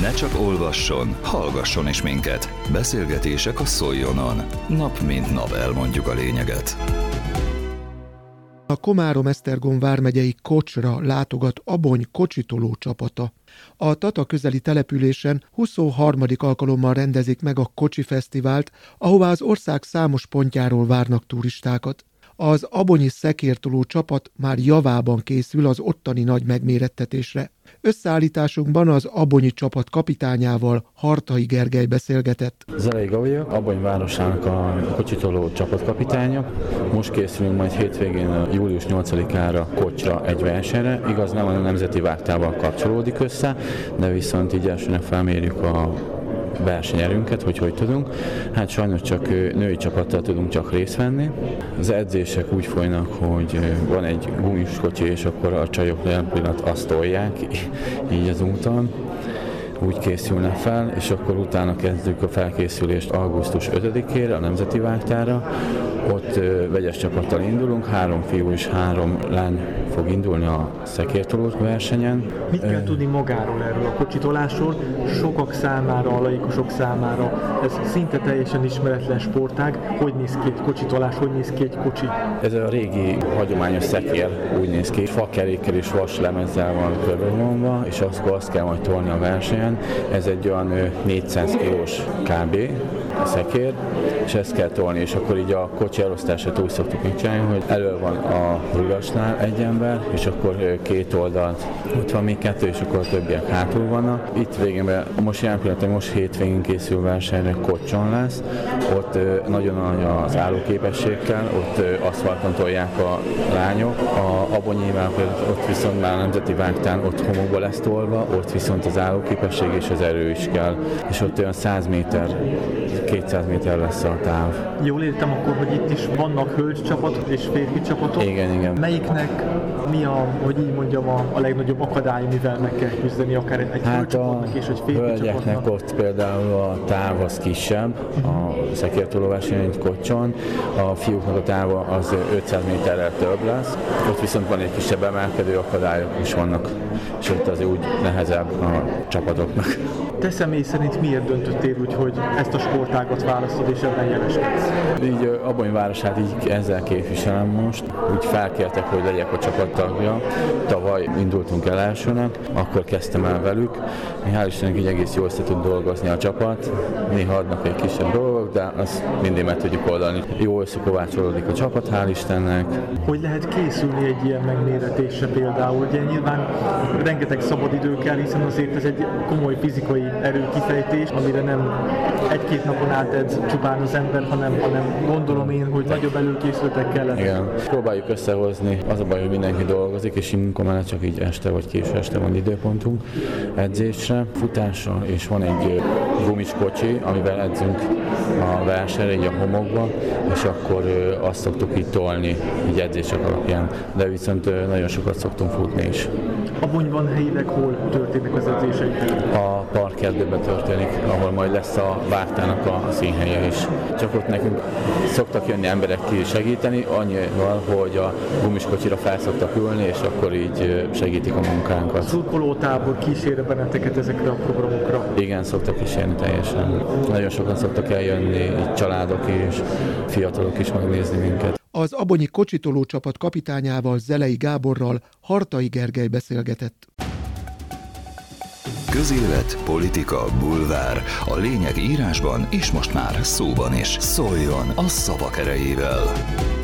Ne csak olvasson, hallgasson is minket. Beszélgetések a Szoljonon. Nap mint nap elmondjuk a lényeget. A Komárom-Esztergom vármegyei Kocsra látogat Abony kocsitoló csapata. A Tata közeli településen 23. alkalommal rendezik meg a Kocsi Fesztivált, ahová az ország számos pontjáról várnak turistákat. Az abonyi szekértoló csapat már javában készül az ottani nagy megmérettetésre. Összeállításunkban az abonyi csapat kapitányával, Hartai Gergely beszélgetett. Zelei Gabi, Abony városának a kocsitoló csapatkapitánya. Most készülünk majd hétvégén, július 8-ára Kocsra egy versenyre. Igaz, nem a nemzeti vágtával kapcsolódik össze, de viszont így elsőnek felmérjük a versenyerőnket, hogy tudunk. Hát sajnos csak női csapattal tudunk csak részt venni. Az edzések úgy folynak, hogy van egy gumis kocsi, és akkor a csajok jelen pillanat azt tolják, így az úton. Úgy készülnek fel, és akkor utána kezdjük a felkészülést augusztus 5-ére, a nemzeti vágtára. Ott vegyes csapattal indulunk, 3 fiú és 3 lány fog indulni a szekértoló versenyen. Mit kell tudni magáról, erről a kocsitolásról? Sokak számára, a laikusok számára ez szinte teljesen ismeretlen sportág. Hogy néz ki egy kocsitolás, hogy néz ki egy kocsi? Ez a régi hagyományos szekér úgy néz ki, fakerékkel és vaslemezzel van körülvonva, és akkor azt kell majd tolni a versenyen. Ez egy olyan 400 kilós kb. A szekér, és ezt kell tolni, és akkor így a kocsi elosztását úgy szoktuk megcsinálni, hogy elől van a rugasnál egy ember, és akkor két oldalt, ott van még 2, és akkor a többiek hátul vannak. Itt végén, most jelen pillanatban, most hétvégén készül versenyre, Kocson lesz, ott nagyon nagy az állóképességkel, ott aszfalton tolják a lányok, a Abonyével, ott viszont már a nemzeti vágtán ott homokba lesz tolva, ott viszont az állóképesség és az erő is kell, és ott olyan 100 méter, 200 méter lesz a táv. Jól értem akkor, hogy itt is vannak hölgy csapatok és férfi csapatok. Igen. Melyiknek mi a, hogy így mondjam, a legnagyobb akadály, mivel meg kell küzdeni akár egy hölgy csapatnak és egy férfi hölgyeknek csapatnak? Ott például a táv az kisebb, a szekértoló versenyen, egy Kocson, a fiúknak a táva az 500 méterrel több lesz, ott viszont van egy kisebb emelkedő akadályok is vannak, és ott azért úgy nehezebb a csapatoknak. Te személy szerint miért döntöttél úgy, hogy ezt a sportágat választod és ebben jeleskedsz? Így Abony városát így ezzel képviselem most. Úgy felkértek, hogy legyek a csapattagja. Tavaly indultunk el elsőnek, akkor kezdtem el velük. Hál' Istennek így egész jól össze tud dolgozni a csapat. Néha adnak egy kisebb dolgok, de azt mindig meg tudjuk oldani. Jól összekovácsolódik a csapat, hál' Istennek. Hogy lehet készülni egy ilyen megméretésre például? Ugye nyilván rengeteg szabadidő kell, hiszen azért ez egy komoly fizikai erőkifejtés, amire nem egy-két napon át edz csupán az ember, hanem gondolom én, hogy nagyobb előkészületek kellenek. Igen, próbáljuk összehozni. Az a baj, hogy mindenki dolgozik, és munka mellett csak így este vagy késő este van időpontunk edzésre, futásra, és van egy gumis kocsi, amivel edzünk a versenyre, így a homokba, és akkor azt szoktuk így tolni, így edzések alapján, de viszont nagyon sokat szoktunk futni is. Abonyban helyileg hol történnek az edzéseik? A parkerdőben történik, ahol majd lesz a vágtának a színhelye is. Csak ott nekünk szoktak jönni emberek ki segíteni, annyival, hogy a gumiskocsira fel szoktak ülni, és akkor így segítik a munkánkat. Szurkolótábor kísér benneteket ezekre a programokra? Igen, szoktak kísérni teljesen. Nagyon sokan szoktak eljönni, így családok és fiatalok is megnézni minket. Az abonyi kocsitoló csapat kapitányával, Zelei Gáborral Hartai Gergely beszélgetett. Közélet, politika, bulvár. A lényeg írásban és most már szóban is. Szóljon a szavak erejével!